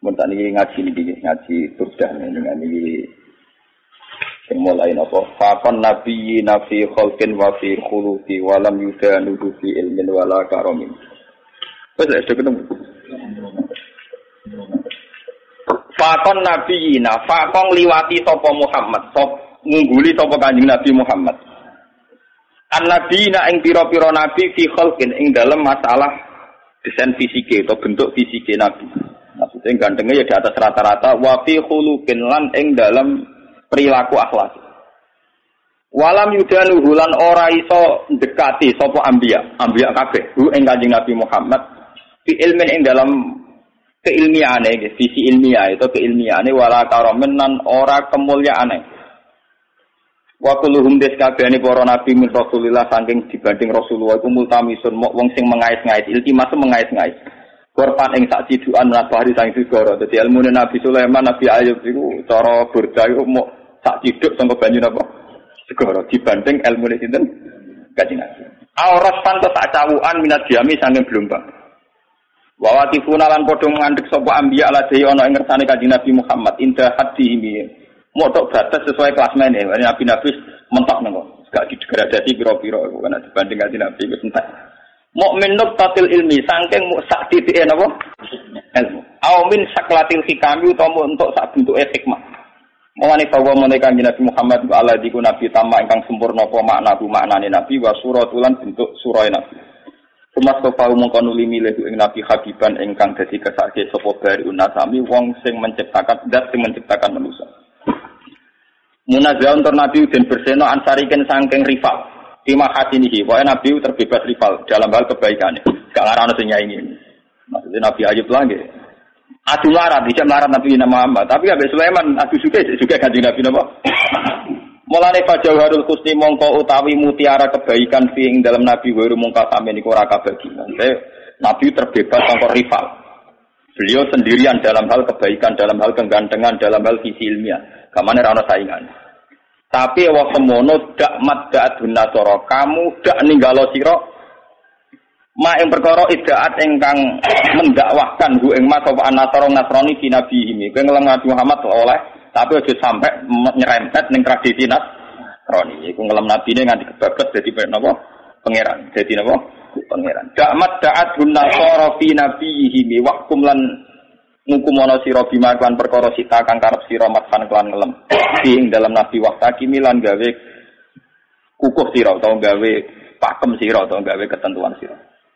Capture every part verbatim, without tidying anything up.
mun tak niki ngaji niki ngaji burdah dengan niki sing mulai napa faqan nabiyyi nafi khalqin wa fi khuluqi wa lam yudanu fi ilmin wala karamin. Wes sudah ketemu. Faqan nabiyina faqan liwati sapa Muhammad sop ngungguli sapa Kanjeng Nabi Muhammad. An-nabiyina ing pira-pira nabi fi khalqin ing dalem masalah desain fisike atau bentuk fisike nabi. Maksudnya gantengnya ya di atas rata-rata wa fi khuluqin lan ing dalem perilaku akhlak. Walam yudanu hulan ora iso dekati sapa anbiya, anbiya kabeh hu ing Kanjeng Nabi Muhammad fi ilmin ing dalam keilmiahane, visi ilmiah itu keilmiahane wala karamen nan ora kemuliaane. Wa kulluhum deskabehane para nabi min Rasulillah saking dibanding Rasulullah iku multamisun wong sing mengais-ngais iltimas mengais-ngais. Korban ing sak cidukan nabari sang segara. Dadi ilmune Nabi Sulaiman, Nabi Ayub iku cara burda iku mok sak ciduk sangka banyu napa? Segara dibanding ilmune sinten? Kanjeng Nabi. Auras pantes sak cawukan minat diami saking gelombang. Wa watifuna lan padha ngandhek sapa anbiya ladhi ana ing ngersane Kanjeng Nabi Muhammad indah hadhi modok batas sesuai kelas mene. Nabi-nabi mentok nang kok. Gak didegradasi pira-pira iku kan dibanding Kanjeng Nabi wis entek. Mukmin nuktatil ilmi saking sak titike napa? Ilmu. Au min saklatil hikami utawa untuk sak bentuke hikmah. Mulane bahwa menika Kanjeng Nabi Muhammad ala diku nabi tamak ingkang sempurna apa makna bu maknane nabi wa suratulan bentuk surah nabi. Umat sapa mongko nuli milih ing nabi habiban ingkang dadi kesake sapa bari unasami wong sing menciptakan zat sing menciptakan manusia. Munazzaun tur nabi den berseno ansariken saking rival. Lima hasinihi, wae nabi terbebas rival dalam hal kebaikannya. Gak ngarana sing nyaingi. Maksudnya Nabi Ayub lagi. Adu larat, bisa melarat Nabi Muhammad. Tapi Nabi Sulaiman adu juga juga Kanjeng Nabi napa? Mulane fajauharul husni mongko utawi mutiara kebaikan fi ing dalam Nabi wa mungka sampe niku ora kabagi. Nabi terbebas sangka rival. Beliau sendirian dalam hal kebaikan, dalam hal kegantengan, dalam hal visi ilmiah. Kamane ora ana saingan. Tapi wa semono dak mad'atun nasara kamu dak ninggalo sira ma ing perkara idaat ingkang mendakwahkan hu ing mas apa nasara nasrani fi nabihi kowe ngelem Nabi Muhammad oleh tapi aja sampai nyerempet ning tradisi nasrani iku ngelem nabine nganti kebablas dadi napa pangeran dadi napa pangeran dak mad'atun nasara fi nabihi wa kum lan ngukumono sira bima kan perkara sita kang karep sira matkan kelan ngelem ing dalam nabi waktu kimilan gawe kukuh sira utawa gawe pakem sira utawa gawe ketentuan sira.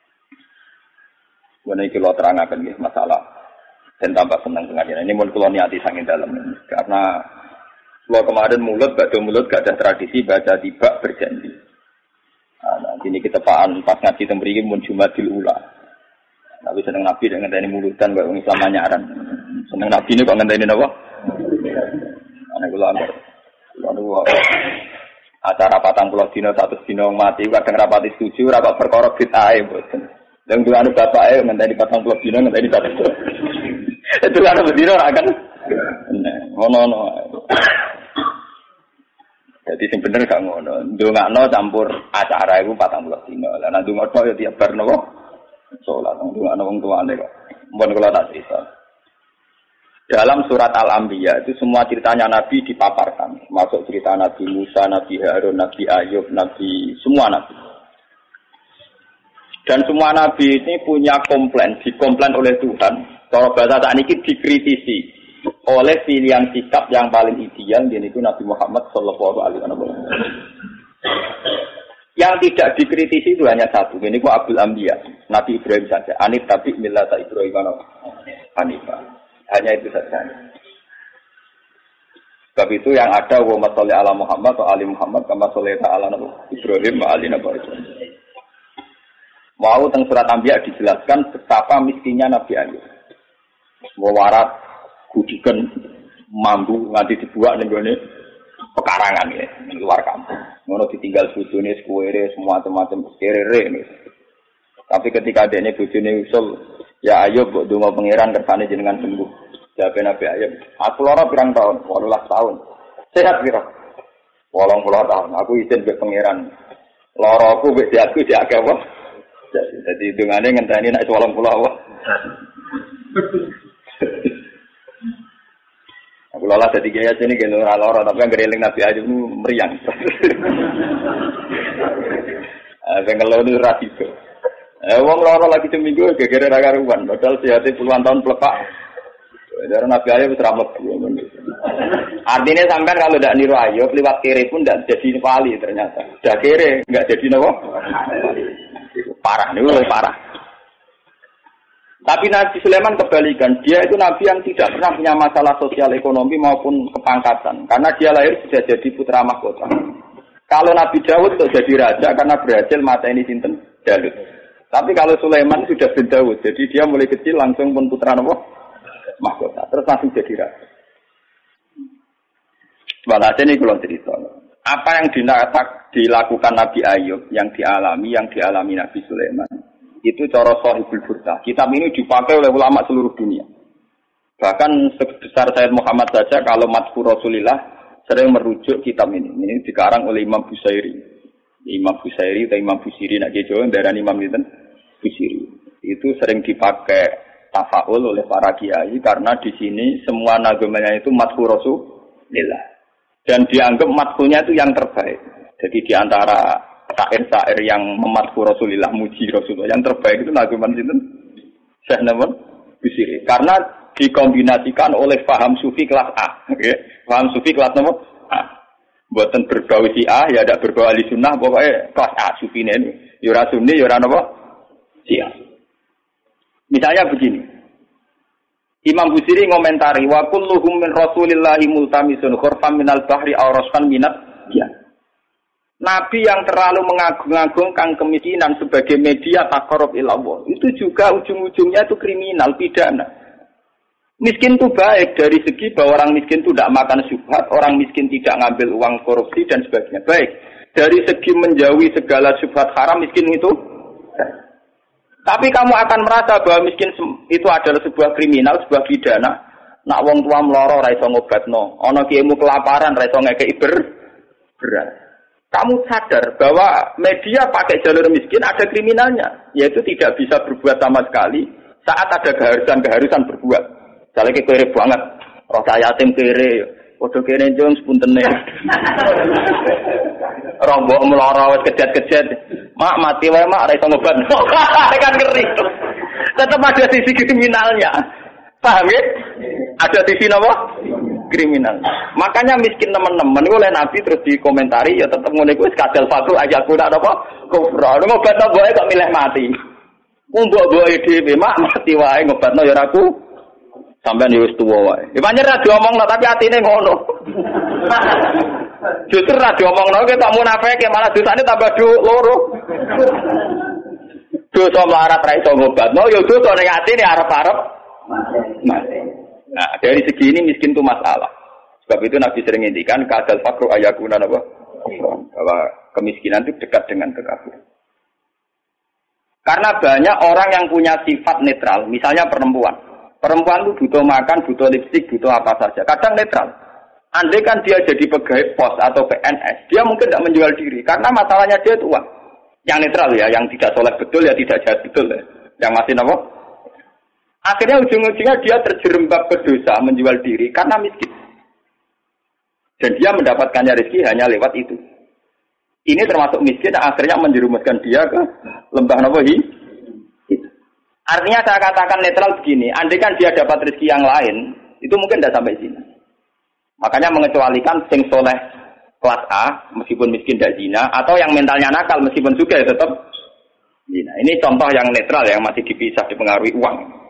Wene iki kula terangaken nggih masalah den tambah seneng pengajian ini mun kula niati saking dalem karena kula kemarin mulut badhe mulut gak ada tradisi baca tiba berjanji. Nah, ini kita paan pas ngaji teng mriki mun Jumadil Ula. Tapi seneng Nabi dengan ngenteni mulutan kok wong Islam nyaran. Seneng Nabi ini kok ngenteni napa? Ana kula anggere. Kula acara patang puluh dina satu dina mati kadang rapati setuju ora kok perkara bid'ah e mboten. Yang dulu anu bapake ngenteni patang puluh dina ngenteni patang. Itu anu bedino ora kan. Nah, ngono-ngono. Jadi sing bener gak ngono. Ndongakno campur acara iku patang puluh dina. Lah nek ndongakno ya tiap bar napa? Salat untuk anak wong tuane kok. Mun kula tak cerita. Dalam surat Al-Anbiya itu semua ceritanya Nabi dipaparkan, masuk cerita Nabi Musa, Nabi Harun, Nabi Ayub, Nabi semua nabi. Dan semua nabi ini punya komplain, dikomplain oleh Tuhan. Kalau bahasa saat ini dikritisi oleh pilihan sikap yang paling ideal yaitu Nabi Muhammad sallallahu alaihi wasallam. Yang tidak dikritisi itu hanya satu. Ini ku Abdul Anbiya, Nabi Ibrahim saja. Anif tabi millata Ibrahim Hanifah. Hanya itu saja. Sebab itu yang ada wa masalli ala Muhammad wa ali Muhammad kama shallaita ala Ibrahim wa ali Ibrahim. Mau teng surat Anbiya dijelaskan betapa miskinnya Nabi Ayub. Wawarat kudiken mambu nganti dibuat ning gone pekarangan ya, di luar kampung. Ngono ditinggal bojone sekuwere semua macam kerere nih. Tapi ketika adene bojone usul, ya Ayub mbok donga pangeran kersane jenengan sembuh. Jawab Nabi Ayub, aku lara pirang tahun, wolulas tahun. Sehat pira? wolong puluh tahun. Aku izin mbek pangeran. Lara aku mbek diaku diake apa? Jadi dungane ngenteni nek wolong puluh apa. Kula lah dadi gaya sini ge ora lara tapi yang gereling Nabi Ayub nu meriang. Ah sing ngelo nu ra tiba. Eh wong lara lagi seminggu gegere ra karuan, padahal sehate puluhan tahun pelepak. Dari Nabi Ayub wis ra mlebu. Artinya sampean kalau tidak niru Ayub liwat kere pun tidak jadi wali ternyata. Sudah kere enggak jadi napa? Parah niku parah. Tapi Nabi Sulaiman kebalikan, dia itu Nabi yang tidak pernah punya masalah sosial ekonomi maupun kepangkatan, karena dia lahir sudah jadi putra mahkota. Kalau Nabi Daud itu jadi raja karena berhasil mateni sinten Daud. Tapi kalau Sulaiman sudah bin Daud, jadi dia mulai kecil langsung pun putra apa? Mahkota, terus langsung jadi raja. Walhasil ini kalau cerita, apa yang dilakukan Nabi Ayub, yang dialami, yang dialami Nabi Sulaiman. Itu cara Shahihul Burdah. Kitab ini dipakai oleh ulama seluruh dunia. Bahkan sebesar Sayyid Muhammad saja kalau Madhkur Rasulillah sering merujuk kitab ini. Ini dikarang oleh Imam Busairi. Imam Busairi atau Imam Busiri nak Jawa darah Imam itu Busiri. Itu sering dipakai tafaul oleh para kiai karena di sini semua nagamanya itu Madhkur Rasulillah. Dan dianggap madhkurnya itu yang terbaik. Jadi di antara syair-syair yang memadhku Rasulullah, muji Rasulullah, yang terbaik itu naguman sinten Syekh Nawawi Busiri, karena dikombinasikan oleh paham sufi kelas A, okay? Paham sufi kelas nomor A, buatan berbau si A, ya ada berbau ahli sunnah, pokoknya kelas A sufi ini, yura sunni, yura nopo si A. Misalnya begini, Imam Busiri ngomentari, wa kulluhum min Rasulillahi multamisun khurfam minal bahri aw rasfan minat ya. Nabi yang terlalu mengagung-agungkan kemiskinan sebagai media taqarrub ila Allah, itu juga ujung-ujungnya itu kriminal, pidana. Miskin itu baik dari segi bahwa orang miskin itu tidak makan syubhat, orang miskin tidak ngambil uang korupsi dan sebagainya. Baik. Dari segi menjauhi segala syubhat haram, miskin itu baik. Tapi kamu akan merasa bahwa miskin itu adalah sebuah kriminal, sebuah pidana. Nak wong tua mloro ra iso ngobatno, ana kiaimu kelaparan ra iso ngekeki beras. Kamu sadar bahwa media pakai jalur miskin ada kriminalnya, yaitu tidak bisa berbuat sama sekali saat ada keharusan-keharusan berbuat. Misalnya kere banget, roh yatim kere, podo kere jong sepuntene. Rombok meloro wis kejet-kejet. Mak mati wae mak ra iso ngobat. Kan ngeri. Tetap ada sisi kriminalnya. Paham ya? Ada sisi napa? Kriminal. Makanya miskin teman-teman oleh Nabi terus dikomentari ya tetap ngene kuwi kadal fakir aja kuda apa kufra. Ngobatno mboke kok milih mati. Mbok-mboke dhewe mak mati wae ngobatno ya aku. Sampeyan ya wis tuwa wae. Ya pancen ra diomongno tapi atine ngono. Justru ra diomongno ki tak munafike malah dosane tambah do loro. Dosa melarat ra iso ngobatno ya dosa ning atine arep-arep mati. Nah, dari segi ini miskin itu masalah. Sebab itu Nabi sering ngendikan kadal fakru ayakuna apa? Bahwa kemiskinan itu dekat dengan kekafiran. Karena banyak orang yang punya sifat netral, misalnya perempuan. Perempuan itu butuh makan, butuh lipstik, butuh apa saja. Kadang netral. Andai kan dia jadi pegawai pos atau P N S, dia mungkin tidak menjual diri karena masalahnya dia itu uang. Yang netral ya, yang tidak soleh betul ya tidak jahat betul ya. Yang masih apa? Akhirnya ujung-ujungnya dia terjerembab ke dosa menjual diri karena miskin. Dan dia mendapatkannya rezeki hanya lewat itu. Ini termasuk miskin yang akhirnya menjerumuskan dia ke lembah nawahi. Artinya saya katakan netral begini, andai kan dia dapat rezeki yang lain, itu mungkin tidak sampai sini. Makanya mengecualikan sing soleh kelas A, meskipun miskin tidak zina, atau yang mentalnya nakal meskipun juga ya tetap zina. Ini contoh yang netral yang masih dipisah dipengaruhi uang.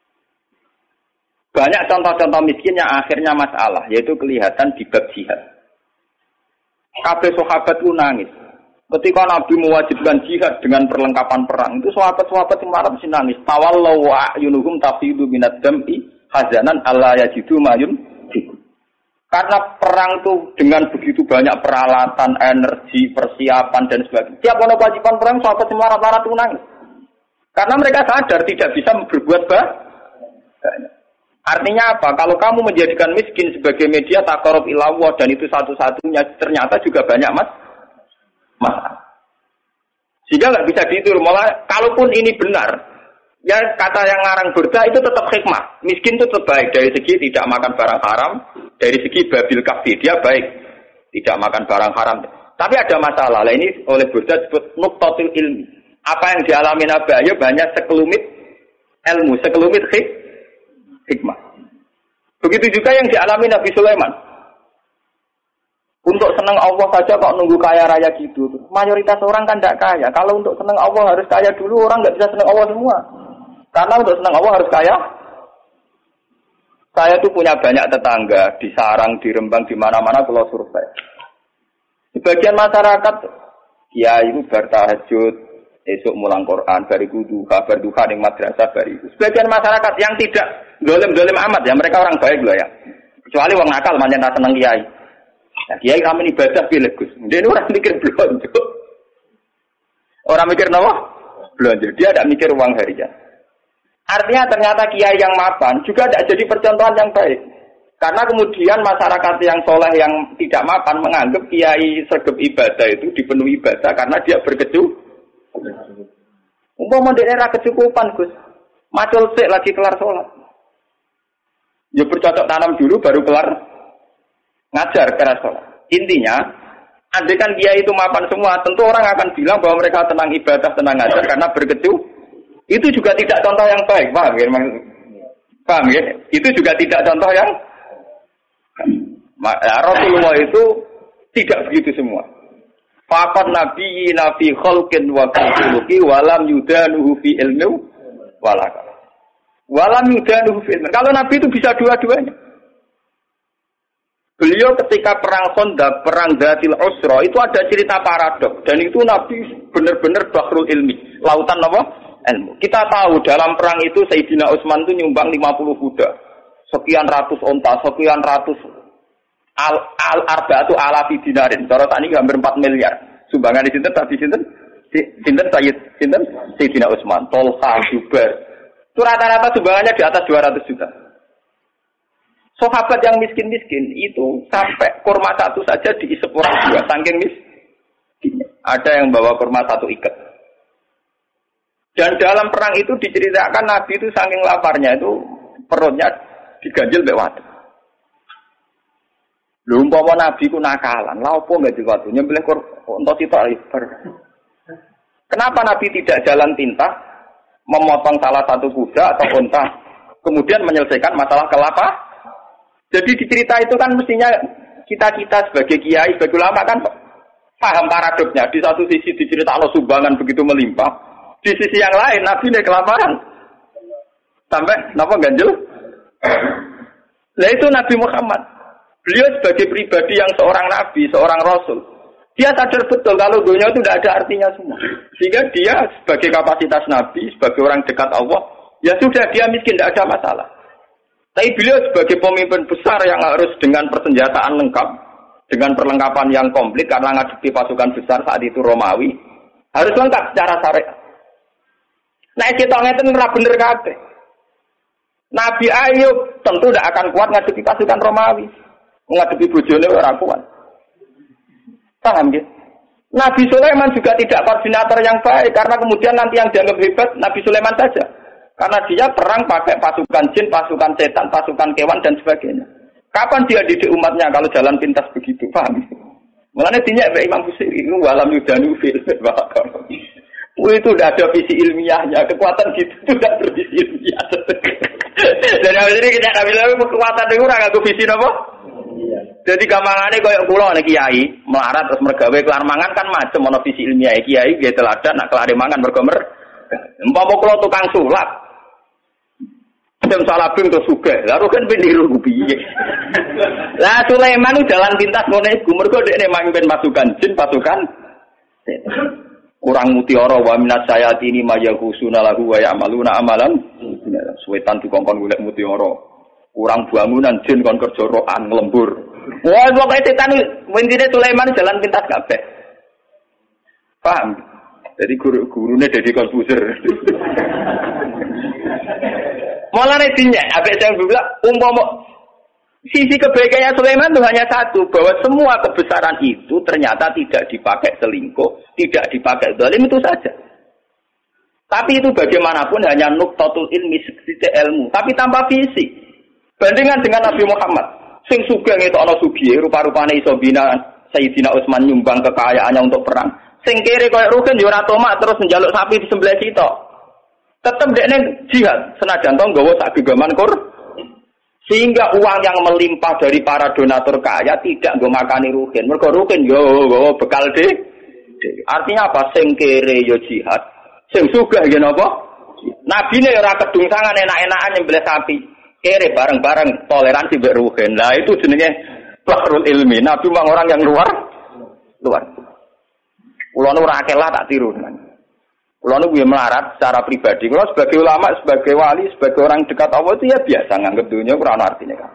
Banyak contoh-contoh miskin yang akhirnya masalah, yaitu kelihatan di bab jihad. Kabeh sahabat itu nangis. Ketika Nabi mewajibkan jihad dengan perlengkapan perang, itu sahabat-sahabat yang marah mesti nangis. Tawallau wa ayunuhum tafidu minad dam'i hazanan alla yajidu mayun. Karena perang itu dengan begitu banyak peralatan, energi, persiapan dan sebagainya. Tiap ono kewajiban perang, sahabat yang marah-marah itu nangis. Karena mereka sadar tidak bisa berbuat banyak. Artinya apa? Kalau kamu menjadikan miskin sebagai media taqarrub ila Allah dan itu satu-satunya, ternyata juga banyak mas masalah. Sehingga nggak bisa dihitung. Malah kalaupun ini benar, ya kata yang ngarang Burda itu tetap hikmah. Miskin itu terbaik dari segi tidak makan barang haram Dari segi babil kafi dia baik, tidak makan barang haram. Tapi ada masalah. Lah ini oleh Burda disebut nuqtatul ilmi. Apa yang dialami Nabi Ayub hanya sekelumit ilmu, sekelumit hik, hikmah. Begitu juga yang dialami Nabi Sulaiman. Untuk senang Allah saja kok nunggu kaya raya gitu. Mayoritas orang kan tidak kaya. Kalau untuk senang Allah harus kaya dulu, orang nggak bisa senang Allah semua. Karena untuk senang Allah harus kaya. Saya tuh punya banyak tetangga di Sarang, di Rembang, di mana-mana kalau survei. Sebagian masyarakat, ya itu bertahajud, esok mulang Quran, bariku duha, berduha di madrasah, bariku. Sebagian masyarakat yang tidak dolim-dolim amat ya, mereka orang baik loh ya. Kecuali orang nakal, manjen tak seneng kiai. Nah, kiai kami ibadah pilih Gus. Dia ini orang mikir belanja. Orang mikir apa? Belanja. Dia tidak mikir uang harian. Artinya ternyata kiai yang mapan juga tidak jadi percontohan yang baik. Karena kemudian masyarakat yang soleh yang tidak mapan menganggap kiai sergap ibadah itu dipenuhi ibadah karena dia berkecu. Umpama di era kecukupan Gus, macul sik lagi kelar sholat. Ya bercocok tanam dulu baru kelar ngajar keras sholat. Intinya, andai kan kiai itu mapan semua, tentu orang akan bilang bahwa mereka tenang ibadah, tenang ngajar karena berkecu. Itu juga tidak contoh yang baik, paham ya? Paham ya? Itu juga tidak contoh yang ya, Rasulullah itu tidak begitu semua. Faqat nabi nabi khalqin wa khuluqi walam yudanuhu fi ilmi walaka. Walam yudanuhu fi ilmi. Kalau nabi itu bisa dua-duanya. Beliau ketika perang Khandaq, perang Dzatil Usra itu ada cerita paradok dan itu nabi benar-benar bahrul ilmi, lautan apa? Ilmu. Kita tahu dalam perang itu Sayyidina Utsman itu nyumbang lima puluh kuda, sekian ratus onta, sekian ratus al al arba'atu alafi dinarin. Cara tadi hampir empat miliar. Sumbangan di sinten tadi sinten? Sinten Sayyid sinten Sayyidina Utsman, Tolha, Zubair. Itu rata-rata sumbangannya di atas dua ratus juta. Sahabat yang miskin-miskin itu sampai kurma satu saja diisep orang dua, saking miskin. Ada yang bawa kurma satu ikat. Dan dalam perang itu diceritakan Nabi itu saking laparnya itu perutnya diganjil mbek watu. Lha umpama Nabi ku nakalan, lha opo enggak diwatu nyembelih unta sitok liber. Kenapa Nabi tidak jalan tinta memotong salah satu kuda atau unta kemudian menyelesaikan masalah kelapa? Jadi di cerita itu kan mestinya kita-kita sebagai kiai, sebagai ulama kan paham paradoknya. Di satu sisi diceritakan sumbangan begitu melimpah, di sisi yang lain Nabi ini kelaparan. Sampai napa ganjel? Nah itu Nabi Muhammad. Beliau sebagai pribadi yang seorang nabi, seorang rasul. Dia sadar betul kalau dunia itu tidak ada artinya semua. Sehingga dia sebagai kapasitas nabi, sebagai orang dekat Allah, ya sudah dia miskin, tidak ada masalah. Tapi beliau sebagai pemimpin besar yang harus dengan persenjataan lengkap, dengan perlengkapan yang komplit karena ngadepi pasukan besar saat itu Romawi, harus lengkap secara syariat. Nah, kita ngeten ora bener kabeh. Nabi Ayub tentu tidak akan kuat ngadepi pasukan Romawi. Ngadepi bojone ora kuat. Paham ya? Nabi Sulaiman juga tidak koordinator yang baik karena kemudian nanti yang dianggap hebat Nabi Sulaiman saja. Karena dia perang pakai pasukan jin, pasukan setan, pasukan kewan dan sebagainya. Kapan dia didik umatnya kalau jalan pintas begitu? Paham? Mulanya dinyak Imam Busiri itu walam yudanu fil itu udah ada visi ilmiahnya, kekuatan gitu itu udah bervisi ilmiah. Dan habis ini kita nggak bilang kekuatan itu ora nganggo visi napa? Jadi gampangane koyo kula nek kiai melarat terus mergawe kelar mangan kan macam ana visi ilmiah kiai nggih teladan nak kelare mangan mergo mer. Umpama kula tukang sulap. Dem salah bing terus sugih. Lalu kan peniru piye. Lah Sulaiman itu jalan pintas ngene iku mergo dekne mamimpin pasukan jin, pasukan kurang mutiara wa minas sayatini mayahusuna lahu wa ya'maluna amalan. Suwetan dikongkon golek mutiara. Kurang bangunan jin kon kerja rokan lembur. Wah, pokoke setan intine Sulaiman jalan pintas kabeh. Paham? Jadi guru-gurune Deddy Corbuzier. Mulane dinyak, apik saya bilang umpama sisi kebaikannya Sulaiman itu hanya satu, bahwa semua kebesaran itu ternyata tidak dipakai selingkuh, tidak dipakai zalim itu saja. Tapi itu bagaimanapun hanya nuqtatul ilmi, sisi ilmu, tapi tanpa visi. Bandingan dengan Nabi Muhammad. Sing sugih ngetokno sugih, rupa-rupane iso bina Sayyidina Utsman nyumbang kekayaannya untuk perang. Sing kere koyo Rukin yo ora tomak terus njaluk sapi di sebelah sitok. Tetep dekne jihad senajan to nggawa sak gegaman kur. Sehingga uang yang melimpah dari para donatur kaya tidak nggo makani Rukin. Mergo Rukin yo nggawa bekal de. Artinya apa? Sing kere yo jihad, sing sugih yo napa? Nabine ora kedungsangan enak-enakan nyembelih sapi. Kere bareng-bareng toleransi mbek Ruhin. Lah itu jenenge bahrul ilmi. Nabi memang orang yang luar luar. Kulo nu ora akeh lah tak tiru tenan. Kulo nu gue melarat secara pribadi. Kulo sebagai ulama, sebagai wali, sebagai orang dekat Allah itu ya biasa nganggep dunia ora ono artine kan.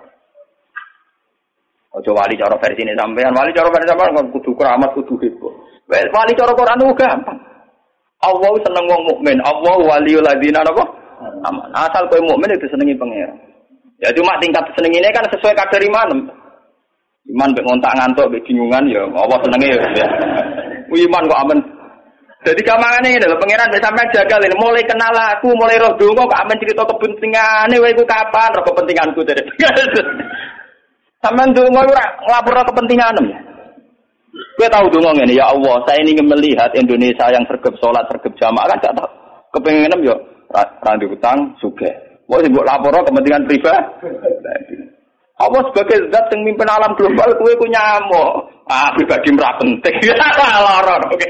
Ojo wali cara versine sampean, wali cara versi sampean kudu keramat, kudu heboh. Wes wali cara Quran ku gampang. Allah seneng wong mukmin, Allah waliyul ladzina napa? Aman. Asal kowe mukmin itu senengi pangeran. Ya cuma tingkat senengine kan sesuai kadar iman. Iman mek ngontak ngantuk mek bingungan ya Allah senenge ya. Iman kok amen. Jadi gampangane ngene lho pangeran wis sampean jagal ini mulai kenal aku, mulai roh donga kok amen cerita kepentingane kowe iku kapan roh kepentinganku dari. Sampeyan donga ora nglapurno kepentinganem ya. Kowe tahu donga ngene ya Allah, saya ingin melihat Indonesia yang sergap salat, sergap jamaah kan gak tahu. Kepengenem yo ra ndek utang sugih. Mau sing mbok laporno kepentingan pribadi. Allah sebagai zat yang mimpin alam global, kowe ku nyamuk. Ah, pribadi ora penting. Loro. Oke.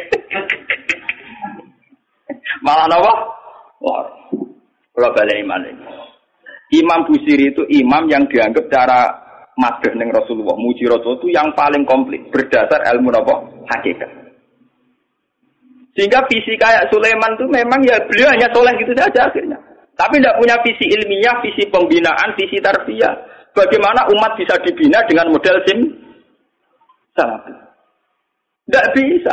Malah napa? Loro. Kalau balik iman ini. Imam Busiri itu imam yang dianggap cara madhah ning Rasulullah, muji Rasul itu yang paling komplit berdasar ilmu napa? Hakikat. Sehingga visi kayak Sulaiman itu memang ya beliau hanya soleh gitu saja akhirnya. Tapi tidak punya visi ilmiah, visi pembinaan, visi tarbiyah. Bagaimana umat bisa dibina dengan model sim salafi? Tidak bisa.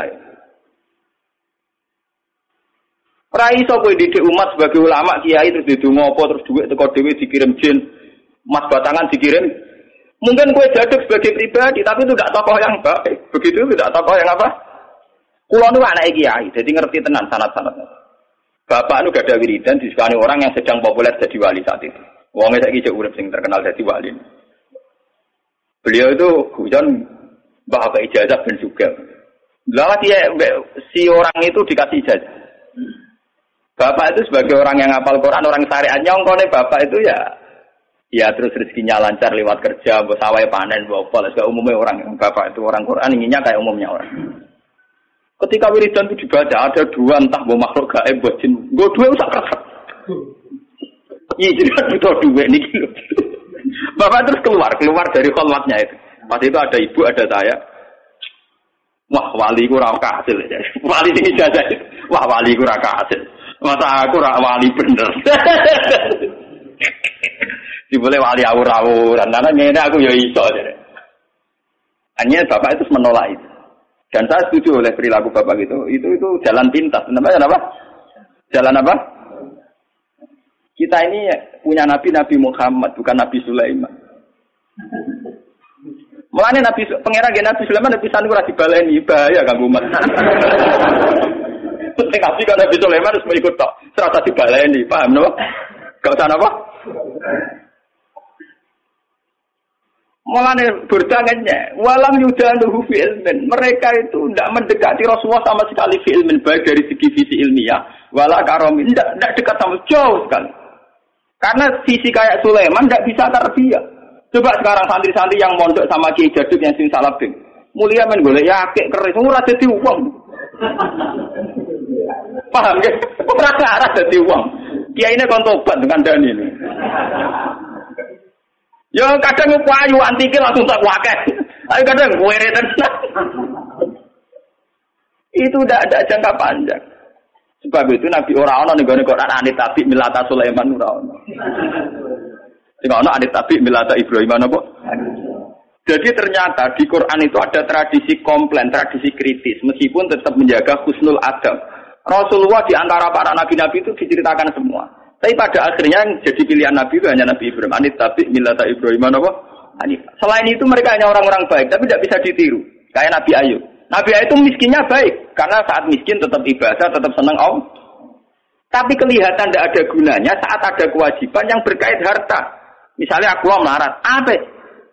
Rai so kowe didik umat sebagai ulama kiai terus didonga apa terus duit teko dhewe dikirim jin, emas batangan dikirim. Mungkin kowe jaduk sebagai pribadi tapi itu tidak tokoh yang baik. Begitu tidak tokoh yang apa? Kulo nu anake kiai, jadi ngerti tenan sanad-sanadnya. Bapak nu gak ada wiridan disukani orang yang sedang populer jadi wali saat itu. Wong saiki cek urip sing terkenal dadi wali. Beliau itu hujan bapak ijazah ben juga. Lah dia si orang itu dikasih ijazah. Bapak itu sebagai orang yang hafal Quran, orang syariat nyongkone bapak itu ya ya terus rezekinya lancar lewat kerja, mbok sawah panen, mbok apa, segala umumnya orang yang bapak itu orang Quran inginnya kayak umumnya orang. Ketika wiridan itu dibaca ada dua entah mbok makhluk gaib mbok jin, mbok dua usah keresek. Iya jadi butuh duit nih gitu. Bapak terus keluar, keluar dari kholwatnya itu. Pas itu ada ibu, ada saya. Wah wali ku ra kasil ya. Wali ini ijazah. Wah wali ku ra kasil. Masa aku ra wali bener. Dibole wali awur-awuran. Karena ngene aku ya iso. Hanya bapak itu menolak itu. Dan saya setuju oleh perilaku bapak itu. Itu itu jalan pintas. Namanya apa? Jalan apa? Kita ini punya Nabi Nabi Muhammad, bukan Nabi Sulaiman. Mulane Nabi pangeran gen Nabi Sulaiman Nabi Sanu ora dibaleni, bahaya kanggo umat. Nek Nabi kan Nabi Sulaiman harus ikut tok, serasa dibaleni, paham no? Gak usah apa? Mulane berdangannya, walam yudanuhu fi ilmin. Mereka itu tidak mendekati Rasulullah sama sekali fi ilmin, baik dari segi visi ilmiah, wala karomin, tidak tidak dekat sama jauh sekali. Karena visi kayak Sulaiman tidak bisa tarbiyah. Coba sekarang santri-santri yang mondok sama Kiai Jaduk yang sing salabing, mulia men golek yakik keris, ora dadi wong. Paham ya? Ora arah dadi wong. Kiai ini kon tobat dengan dani ini. Ya kadang payu antike langsung tak wakeh. Ayo kadang were tenan. Itu tidak ada jangka panjang. Sebab itu Nabi ora ana ning gone Quran anit tabi milata Sulaiman ora ana. Sing ana anit tabi milata Ibrahim apa? Jadi ternyata di Quran itu ada tradisi komplain, tradisi kritis meskipun tetap menjaga husnul adab. Rasulullah di antara para nabi-nabi itu diceritakan semua. Tapi pada akhirnya yang jadi pilihan Nabi itu hanya Nabi Ibrahim. Anit tabi milata Ibrahim apa? Selain itu mereka hanya orang-orang baik tapi tidak bisa ditiru. Kayak Nabi Ayub. Nabi itu miskinnya baik, karena saat miskin tetap ibadah, tetap senang Allah. Tapi kelihatan tidak ada gunanya saat ada kewajiban yang berkait harta. Misalnya aku melarat, apa?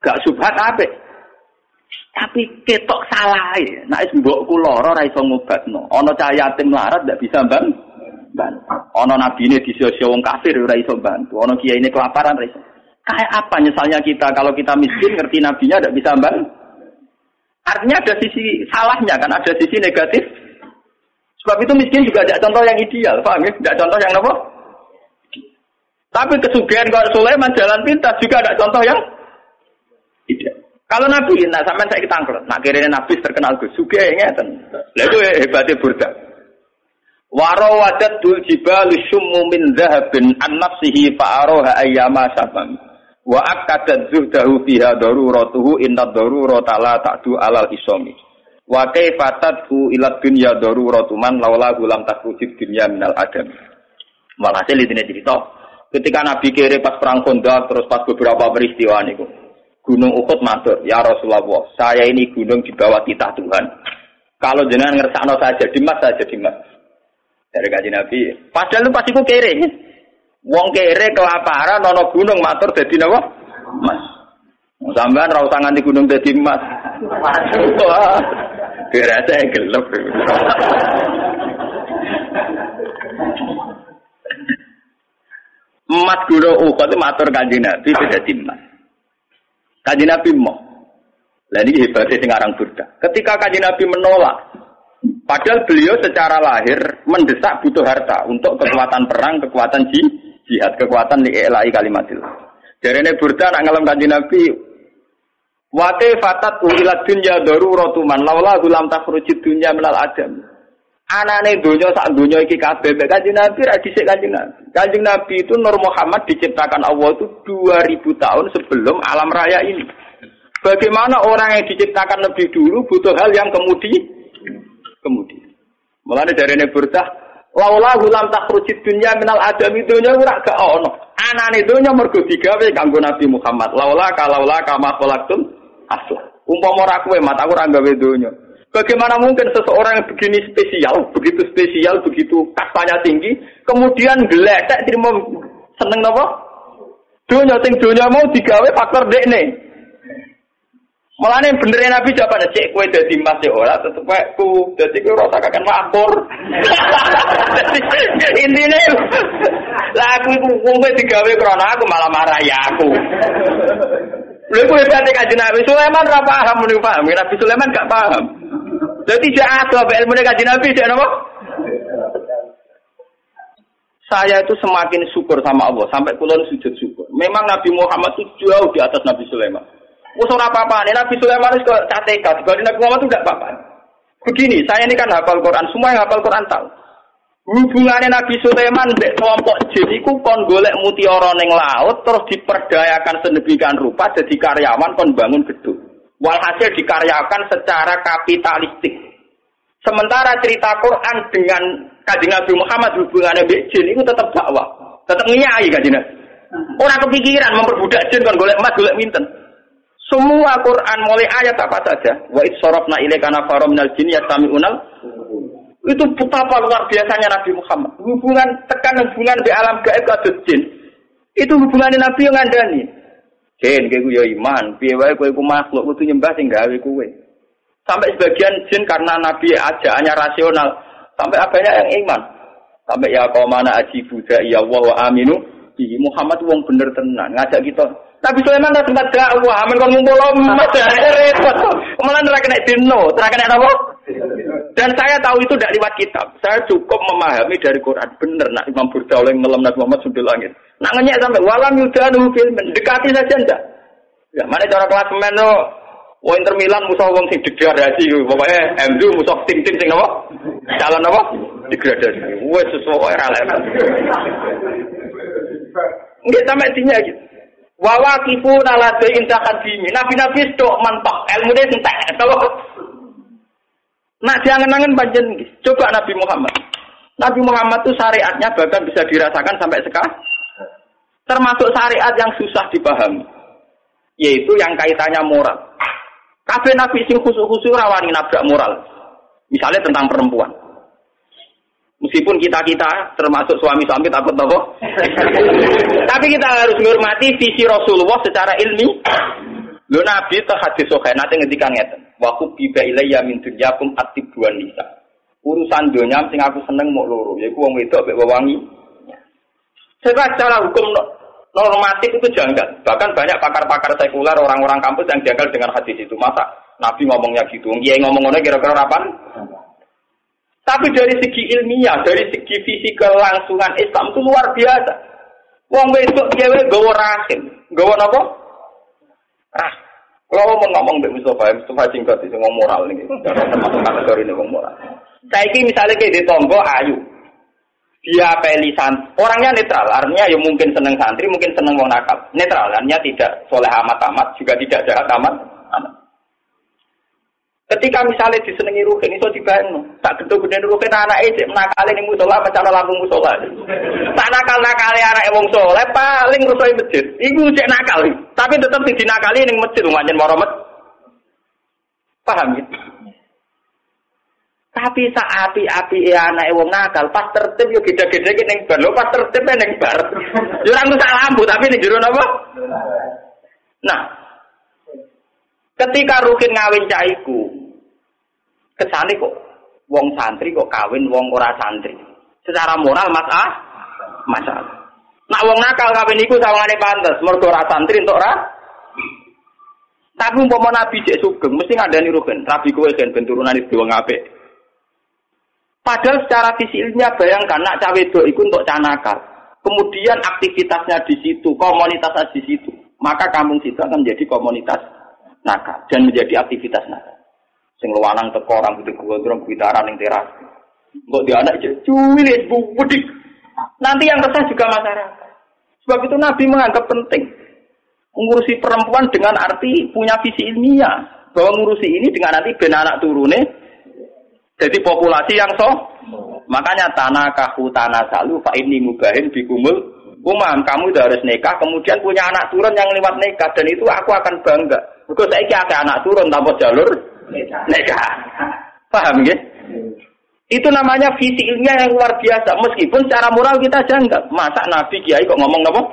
Gak subhat apik. Tapi ketok salah ya. Nek mbokku lara ora iso ngobatno. Ana cah yatim larat ndak bisa mbang. Ana nabine disio-sio wong kafir ora iso bantu. Ana kiyaine kelaparan ora iso. Kayak apa nyesalnya kita kalau kita miskin ngerti nabinya ndak bisa mbang. Artinya ada sisi salahnya kan, ada sisi negatif. Sebab itu miskin juga ada contoh yang ideal, paham ya? Tidak contoh yang apa? Tapi kesugihan kalau Sulaiman jalan pintas juga ada contoh yang ideal. Kalau Nabi, nah sampai saya ketangkel, nak kira Nabi terkenal Gus, sugih ngeten. Lha itu hebatnya Burda. Warawadat dul jibal syummu min dhahabin an nafsihi fa'araha ayyama sabam. Wa akadat zuhdahu fiha daruratuhu inna darurata la ta'du alal isami. Wa kaifatatu ila dunya daruratu man laula lam takhujid dunya minal adam. Walhasil ini cerita ketika Nabi kere pas perang Khandaq terus pas beberapa peristiwa niku. Gunung Uhud matur, "Ya Rasulullah, saya ini gunung di bawah titah Tuhan. Kalau jenengan ngersakno saya jadi mas, saya jadi mas." Dari kanjeng Nabi, padahal lu pasti ku kere. Wong kere kelaparan ana gunung matur dadi napa? Mas. Sampeyan ra usah nganti gunung dadi mas. Wah. Dirasa gelep. Emas gunung Uhud itu matur kanjeng Nabi dadi mas. Kanjeng Nabi mau. Lah ini hebatnya sing aran Burda. Ketika kanjeng Nabi menolak, padahal beliau secara lahir mendesak butuh harta untuk kekuatan perang, kekuatan jihad, kekuatan li'ilai kalimatillah. Jarene Burda nak ngelem kanjeng Nabi, wa fatat ila dunya daruratu man laula lam takhrujid dunya minal adam. Anane donya sak donya iki kabeh mek kanjeng Nabi ra dhisik kanjeng Nabi. Kanjeng Nabi itu Nur Muhammad diciptakan Allah itu dua ribu tahun sebelum alam raya ini. Bagaimana orang yang diciptakan lebih dulu butuh hal yang kemudi kemudi. Mulane jarene Burda, laula lam takhrujid dunya minal adam donya ora gak ono. Anane donya mergo digawe kanggo Nabi Muhammad. Laula kalaula kama khalaqtum asla. Umpama ora kowe mat aku ora gawe donya. Bagaimana mungkin seseorang yang begini spesial, begitu spesial, begitu kastanya tinggi, kemudian geletek terima seneng napa? Donya sing donya mau digawe faktor dekne. Mulane bener Nabi jawabane cek kowe dadi mas ya ora tetep ku dadi kowe ora tak akan makmur. Intine lah aku iku kowe digawe krana aku malah marah ya aku. Lha kowe dadi kanjeng Nabi Sulaiman ora paham muni paham, Nabi Sulaiman gak paham. Jadi tidak ada ilmu kanjeng Nabi tidak apa? Saya itu semakin syukur sama Allah sampai kula sujud syukur. Memang Nabi Muhammad itu jauh di atas Nabi Sulaiman. Wes ora apa-apa, Nabi Sulaiman wis kok cateka, dibanding Nabi Muhammad itu enggak apa-apa. Begini, saya ini kan hafal Quran, semua yang hafal Quran tahu. Hubungannya Nabi Sulaiman mbek kelompok jin iku kon golek mutiara ning laut terus diperdayakan sedemikian rupa jadi karyawan kon bangun gedung. Walhasil dikaryakan secara kapitalistik. Sementara cerita Quran dengan Kanjeng Nabi Muhammad hubungannya mbek jin itu tetap dakwah, tetap nyai kanjeng Nabi. Ora kepikiran memperbudak jin kon golek emas, golek minten. Semua Quran mulai ayat apa saja, wa id sarafna ilaika nafarum minal jinni yastami'unal. Itu betapa luar biasanya Nabi Muhammad. Hubungan tekan hubungan di alam gaib kados jin. Itu hubungannya Nabi yang ngandani. Jin kowe yo iman, piye wae kowe iku makhluk kudu nyembah sing gawe kowe. Sampai sebagian jin karena Nabi ajaannya rasional, sampai abahnya yang iman. Sampai ya qaumana ajibu ya Allah wa aminu bi Muhammad wong bener tenan ngajak kita. Tapi Sulaiman tak tempat dakwah, amen kon ngumpul emas repot. Malah ora kena dino, ora kena apa? Dan saya tahu itu tidak lewat kitab. Saya cukup memahami dari Quran. Bener nak Imam Burda oleh ngelam Nabi Muhammad sundul langit. Nak ngenyek sampai walam yudanu fil mendekati saja ndak. Ya, mana cara kelas men no. Oh Inter Milan musuh wong sing degradasi pokoke M U musuh tim-tim sing napa? Calon apa? Degradasi. Wes sesuai ora lek. Nggih sampe dinya gitu. Wa waqifuna la inta qadimi. Nabi-nabi stok mantok, ilmune entek. Nak jangan-jangan panjen iki. Coba Nabi Muhammad. Nabi Muhammad itu syariatnya bahkan bisa dirasakan sampai sekarang. Termasuk syariat yang susah dipahami. Yaitu yang kaitannya moral. Kabeh nabi sing khusus-khusus ora wani nabrak moral. Misalnya tentang perempuan. Meskipun kita-kita termasuk suami-suami takut apa? Tapi kita harus menghormati visi Rasulullah secara ilmi. Lho Nabi teh hadis sahih nate ngendikan ngeten, wa kubbiba ilayya min dunyakum atibwan nisa. Urusan dunya sing aku seneng mok loro, yaiku wong wedok mek wewangi. Secara hukum normatif itu janggal. Bahkan banyak pakar-pakar sekuler, orang-orang kampus yang janggal dengan hadis itu. Masa Nabi ngomongnya gitu? Kiai ngomong ngono kira-kira kapan? Tapi dari segi ilmiah, dari segi visi kelangsungan Islam itu luar biasa. Wong wedok dhewe nggawa rahim. Nggawa napa? Ah. Kalau mau ngomong mbek Mustafa, Mustafa singkat sing ngomong moral niki. Termasuk kategori ini ngomong moral. Saiki misalnya kayak di tonggo ayu. Dia pilih santri, orangnya netral, artinya ya mungkin seneng santri, mungkin seneng wong nakal. Netral, artinya tidak soleh amat-amat, juga tidak jahat amat. amat. Ketika misalnya disenengi Ruhin, itu dibayang, tak gede-gede Ruhin anak itu menakali ini musola, macam lampu musola. Tak nakal-nakali anak wong soleh, paling rusoi masjid. Iku cek nakal, tapi tetap dinakali ini masjid, umatnya moromet. Paham ya? Tapi saat api-api anak wong nakal, pas tertib yo gede-gede ki ning bar. Lho pas tertib ning bar. Yo ora rusak lampu tapi ning jero napa? Nah. Ketika Rukin ngawin caiku, kesane kok wong santri kok kawin wong ora santri. Secara moral masalah masalah. Nak wong nakal kawin iku sawangane pantes, mergo ora santri entuk ora. Tapi umpama Nabi cek sugeng mesti ngandani Rukin, rabi kowe ben turunane wong apik. Padahal secara visi ilmiah bayangkan nak cawe wedok itu untuk canakal. Kemudian aktivitasnya di situ, komunitasnya di situ. Maka kampung situ akan menjadi komunitas nakal dan menjadi aktivitas nakal. Sing luwanang teko rambut gondrong gitaran ning teras. Kok dia anak cuwilis budik. Nanti yang resah juga masyarakat. Sebab itu Nabi menganggap penting mengurusi perempuan dengan arti punya visi ilmiah. Bahwa mengurusi ini dengan nanti ben anak turune jadi populasi yang so, makanya tanah kahu tanah salu fa ini mubahin bikumul umam. Kamu udah harus nikah, kemudian punya anak turun yang lewat nikah, dan itu aku akan bangga. Because saya ada anak turun tanpa jalur nikah. Paham ya? Itu namanya visi ilmiah yang luar biasa. Meskipun secara moral kita janggal. Masa Nabi Kiai kok ngomong apa?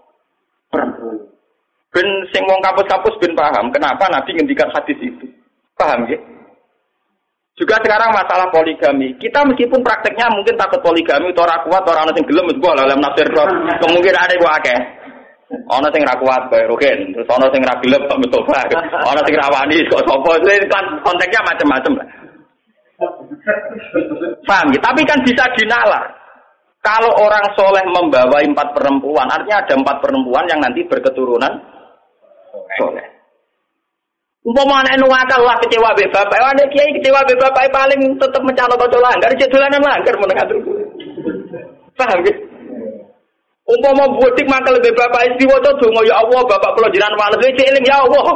Ben sing wong kampus-kampus ben paham. Kenapa Nabi ngendikan hadis itu? Paham ya? Juga sekarang masalah poligami. Kita meskipun prakteknya mungkin takut poligami, atau ora kuat, orang sing gelem wis bola dalam nafsir roh. Kemungkinan ada ku akeh. Ana sing ra kuat bae Ruhin, terus ana sing ra gelem kok Mustofa. Ana sing ra wani kok sapa. Konteksnya macam-macam lah. Paham ya? Tapi kan bisa dinalar. Kalau orang soleh membawa empat perempuan, artinya ada empat perempuan yang nanti berketurunan soleh. Umpama anak nu akal lah kecewa be bapak, anak kiai kecewa be bapak paling tetap mencalon kanca langgar, jadulanan langgar meneng atur. Paham ge? Umpama bodik mangkel be bapak istri waca donga ya Allah, bapak kula jiran wales wis eling ya Allah.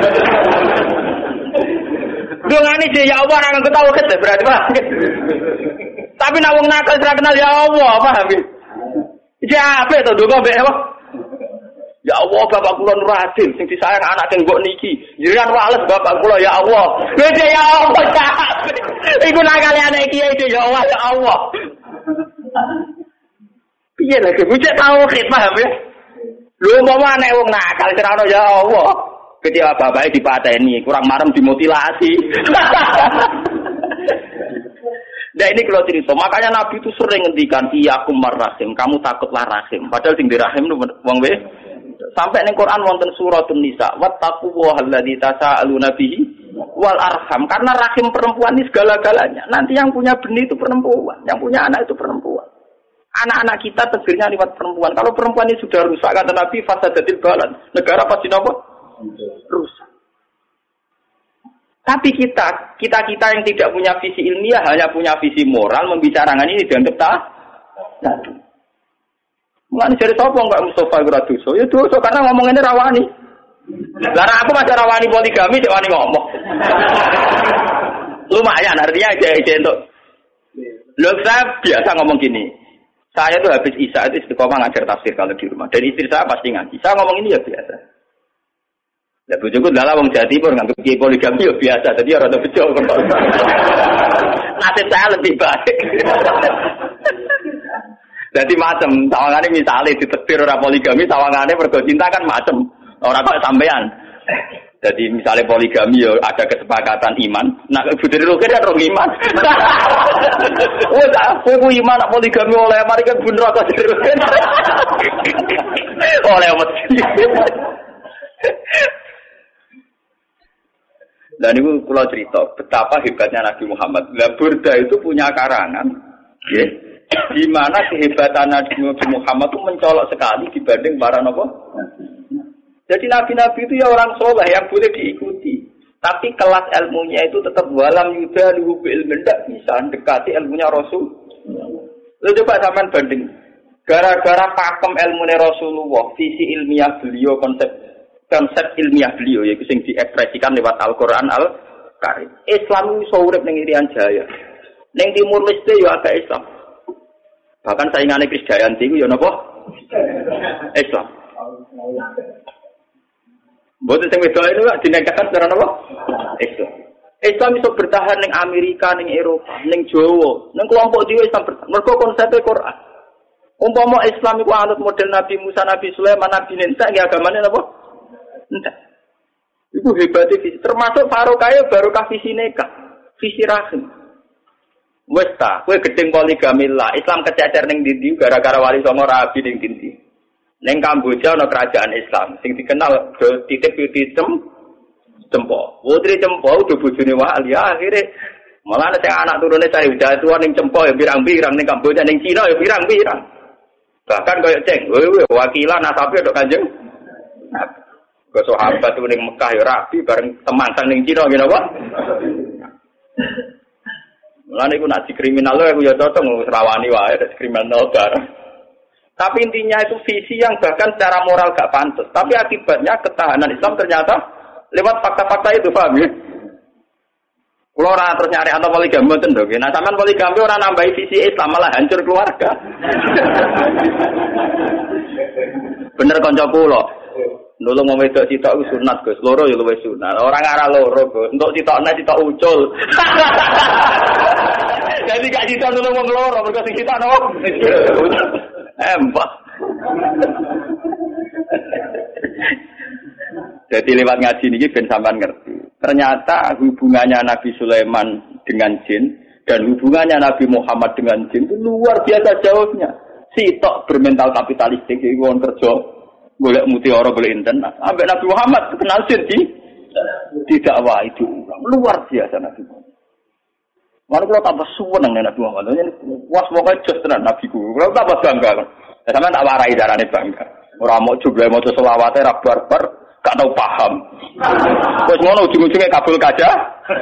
Dongane je ya Allah ora ketawa ket berarti Pak. Tapi nek wong nakal ora kenal ya Allah, paham ge? Iki ape to donga be apa? Ya Allah bapak kula nur adil sing disayang anak sing mbok niki. Jiran wales bapak kula ya Allah. Wis ya Allah. Iku nakale anak iki ya Allah ya Allah. Piye lha kok cek tauhid paham ya? Lho umpama anak wong nakal cerono ya Allah. Ketika bapake dipateni kurang marem dimutilasi. Nah ini kalau cerita, makanya Nabi itu sering ngendikan iyakum marrahim, kamu takutlah rahim. Padahal sing dirahim itu wong we sampai ning Quran wonten suratun Nisa, wattaqullaha alladzi tasaaluna bihi wal arham. Karena rahim perempuan ini segala-galanya. Nanti yang punya benih itu perempuan, yang punya anak itu perempuan. Anak-anak kita tegirnya lewat perempuan. Kalau perempuan ini sudah rusak, kata Nabi, fasadatil balan. Negara pasti nopo? Rusak. Tapi kita, kita-kita yang tidak punya visi ilmiah, hanya punya visi moral, membicarakan ini dianggap tak. Mulane jare sapa enggak Mustofa ora dosa? Ya dosa karena ngomong ini rawani. Lah aku masih rawani poligami cek wani ngomong. Lumayan artinya aja untuk. Loh saya biasa ngomong gini. Saya tuh habis Isya itu istiqomah ngajar tafsir kalau di rumah. Dan istri saya pasti ngaji. Saya ngomong ini ya biasa. Ya bojoku dalah wong Jawa Timur nganggep kiai poligami ya biasa. Jadi ora ada bejo. Nasib saya lebih baik. Jadi macam, sawangane misalnya ditetir ora poligami, sawangane mergo cinta kan macam. Ora kok sampean. Jadi misalnya poligami ya ada kesepakatan iman. Nah, Putri Rukin kan orang iman. Wes aku iman poligami oleh mari kan bener kok Putri Rukin. Oleh mesti. Dan itu kula cerita betapa hebatnya Nabi Muhammad. Lah Burda itu punya karangan, ya. Di mana kehebatan Nabi Muhammad itu mencolok sekali dibanding para nabi. Jadi nabi-nabi itu ya orang soleh yang boleh diikuti. Tapi kelas ilmunya itu tetap walam yuda luhu ilmu tidak bisa dekati ilmunya Rasul. Lalu coba sampean banding. Gara-gara pakem ilmunya Rasulullah, visi ilmiah beliau, konsep konsep ilmiah beliau yaitu yang diekspresikan lewat Al-Quran Al-Karim. Islam itu urip ning Irian Jaya. Ning Timur Leste ya ada Islam. Bahkan saingannya Krisdayanti itu ya napa? Islam. Boten sing wedok itu dinegahkan secara apa? Islam. Islam bisa bertahan ning Amerika, ning Eropa, ning Jawa, ning kelompok dhewe Islam bertahan. Mergo konsepnya Quran. Umpama Islam iku anut model Nabi Musa, Nabi Sulaiman, Nabi Nuh, nggih agamane napa? Entek. Iku hebate visi. Termasuk barokah barokah visi nikah, visi rahim. Wes ta, kowe gedeng poligami lah. Islam kececer ning ndi gara-gara wali songo rabi ning ndi. Neng Kamboja ana kerajaan Islam sing dikenal do titip pitem Cempo. Putri Cempo udah bojone wali akhire malah sing anak turune cari udah tua ning Cempo ya pirang-pirang ning Kamboja ning Cina ya pirang-pirang. Bahkan koyo ceng, wewe wakilan nasabe tok Kanjeng. Ke sahabat ning Mekah ya rabi bareng temangsang ning Cina ngene apa? Mulane iku nak dikriminal lho aku ya cocok ngrawani wae kriminal bareng. Tapi intinya itu visi yang bahkan secara moral gak pantas. Tapi akibatnya ketahanan Islam ternyata lewat fakta-fakta itu, paham ya? Kalau orang terus nyari atau poligami itu dong. Nah, sampean poligami orang nambahi visi Islam malah hancur keluarga. Bener konco kula. Nulung wong wedok sitok iku sunat, Gus. Loro ya luwih sunat. Orang arah loro, Gus. Untuk sitokne sitok ucul. Jadi gak sitok nulung wong loro, mergo sing sitok nopo? Embah. Jadi lewat ngaji ini ben sampean ngerti. Ternyata hubungannya Nabi Sulaiman dengan jin dan hubungannya Nabi Muhammad dengan jin itu luar biasa jauhnya. Sitok bermental kapitalistik iki wong kerja golek mutiara golek internet. Ambek Nabi Muhammad kenal jin di tidak wah itu luar biasa Nabi Muhammad. Mana kalau tambah suwen nang Nabi Muhammad, ini was pokoknya just tenan Nabi ku. Kalau tambah bangga, ya sama tak warai darane bangga. Orang mau juga mau tuh selawatnya rak barbar, gak tahu paham. Terus ngono ujung-ujungnya kabul kaca.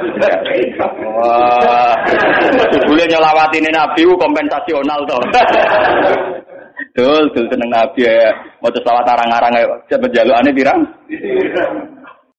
Wah, boleh nyelawatin Nabi ku kompensasional toh. Dul, dul seneng Nabi ya. Mau tuh selawat arang-arang ya, menjalukane pirang.